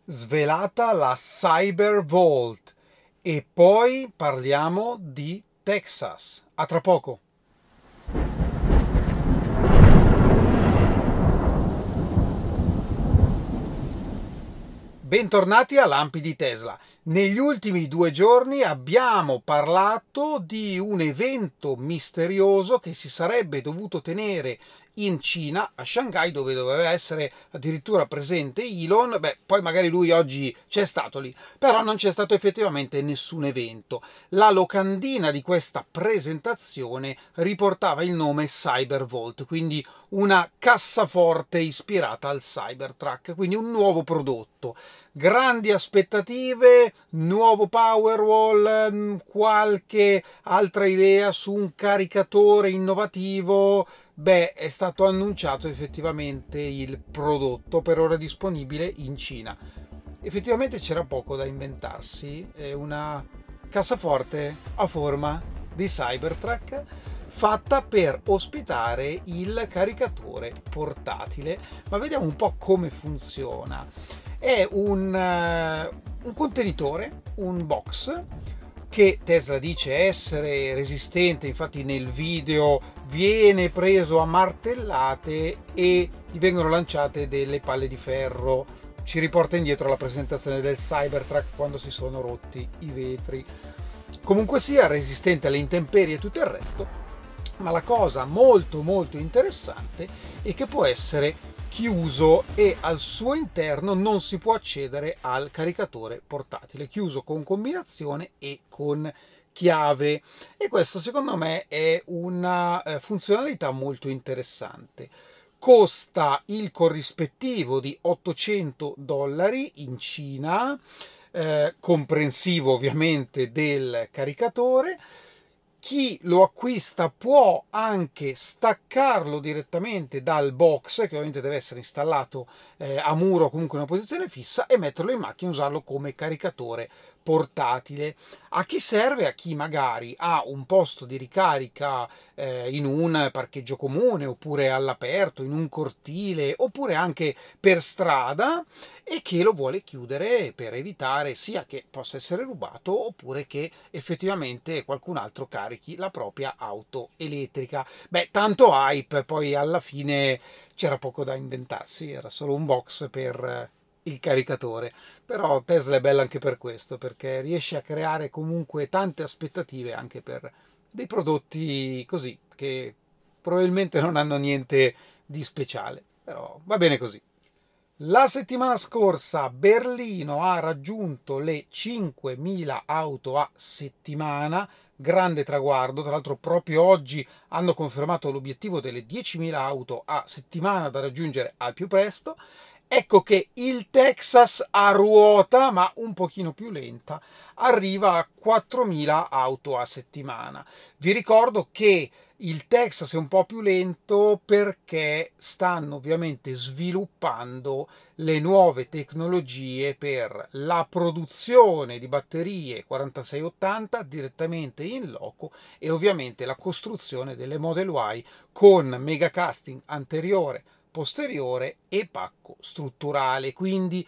Svelata la Cybervault e poi parliamo di Texas. A tra poco. Bentornati a Lampi di Tesla. Negli ultimi 2 giorni abbiamo parlato di un evento misterioso che si sarebbe dovuto tenere in Cina, a Shanghai, dove doveva essere addirittura presente Elon. Poi magari lui oggi c'è stato lì, però non c'è stato effettivamente nessun evento. La locandina di questa presentazione riportava il nome Cybervault, quindi una cassaforte ispirata al Cybertruck, quindi un nuovo prodotto. Grandi aspettative, nuovo Powerwall, qualche altra idea su un caricatore innovativo. È stato annunciato effettivamente il prodotto, per ora disponibile in Cina. Effettivamente c'era poco da inventarsi, è una cassaforte a forma di Cybertruck fatta per ospitare il caricatore portatile. Ma vediamo un po' come funziona. È un contenitore, un box, che Tesla dice essere resistente. Infatti nel video viene preso a martellate e gli vengono lanciate delle palle di ferro. Ci riporta indietro alla presentazione del Cybertruck quando si sono rotti i vetri. Comunque sia, resistente alle intemperie e tutto il resto, ma la cosa molto molto interessante è che può essere chiuso e al suo interno non si può accedere al caricatore portatile, chiuso con combinazione e con chiave. E questo secondo me è una funzionalità molto interessante. Costa il corrispettivo di $800 in Cina, comprensivo ovviamente del caricatore. Chi lo acquista può anche staccarlo direttamente dal box, che ovviamente deve essere installato a muro o comunque in una posizione fissa, e metterlo in macchina e usarlo come caricatore portatile. A chi serve? A chi magari ha un posto di ricarica in un parcheggio comune, oppure all'aperto, in un cortile, oppure anche per strada, e che lo vuole chiudere per evitare sia che possa essere rubato, oppure che effettivamente qualcun altro carichi la propria auto elettrica. Tanto hype, poi alla fine c'era poco da inventarsi, era solo un box per il caricatore. Però Tesla è bella anche per questo, perché riesce a creare comunque tante aspettative anche per dei prodotti così, che probabilmente non hanno niente di speciale, però va bene così. La settimana scorsa Berlino ha raggiunto le 5.000 auto a settimana, grande traguardo. Tra l'altro proprio oggi hanno confermato l'obiettivo delle 10.000 auto a settimana da raggiungere al più presto. Ecco che il Texas a ruota, ma un pochino più lenta, arriva a 4.000 auto a settimana. Vi ricordo che il Texas è un po' più lento perché stanno ovviamente sviluppando le nuove tecnologie per la produzione di batterie 4680 direttamente in loco, e ovviamente la costruzione delle Model Y con megacasting anteriore, posteriore e pacco strutturale, quindi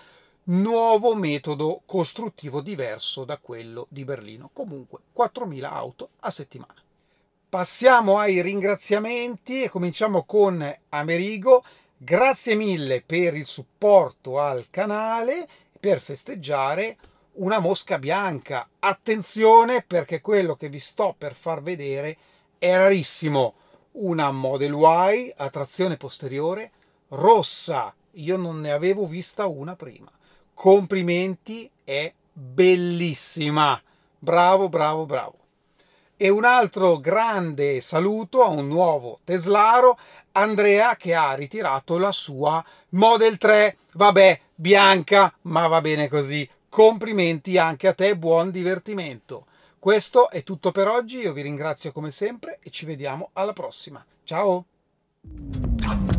nuovo metodo costruttivo diverso da quello di Berlino. Comunque 4.000 auto a settimana. Passiamo ai ringraziamenti e cominciamo con Amerigo. Grazie mille per il supporto al canale, per festeggiare una mosca bianca. Attenzione, perché quello che vi sto per far vedere è rarissimo. Una Model Y a trazione posteriore rossa. Io non ne avevo vista una prima. Complimenti, è bellissima. Bravo, bravo, bravo. E un altro grande saluto a un nuovo teslaro, Andrea, che ha ritirato la sua Model 3. Vabbè, bianca, ma va bene così. Complimenti anche a te, buon divertimento. Questo è tutto per oggi, io vi ringrazio come sempre e ci vediamo alla prossima. Ciao!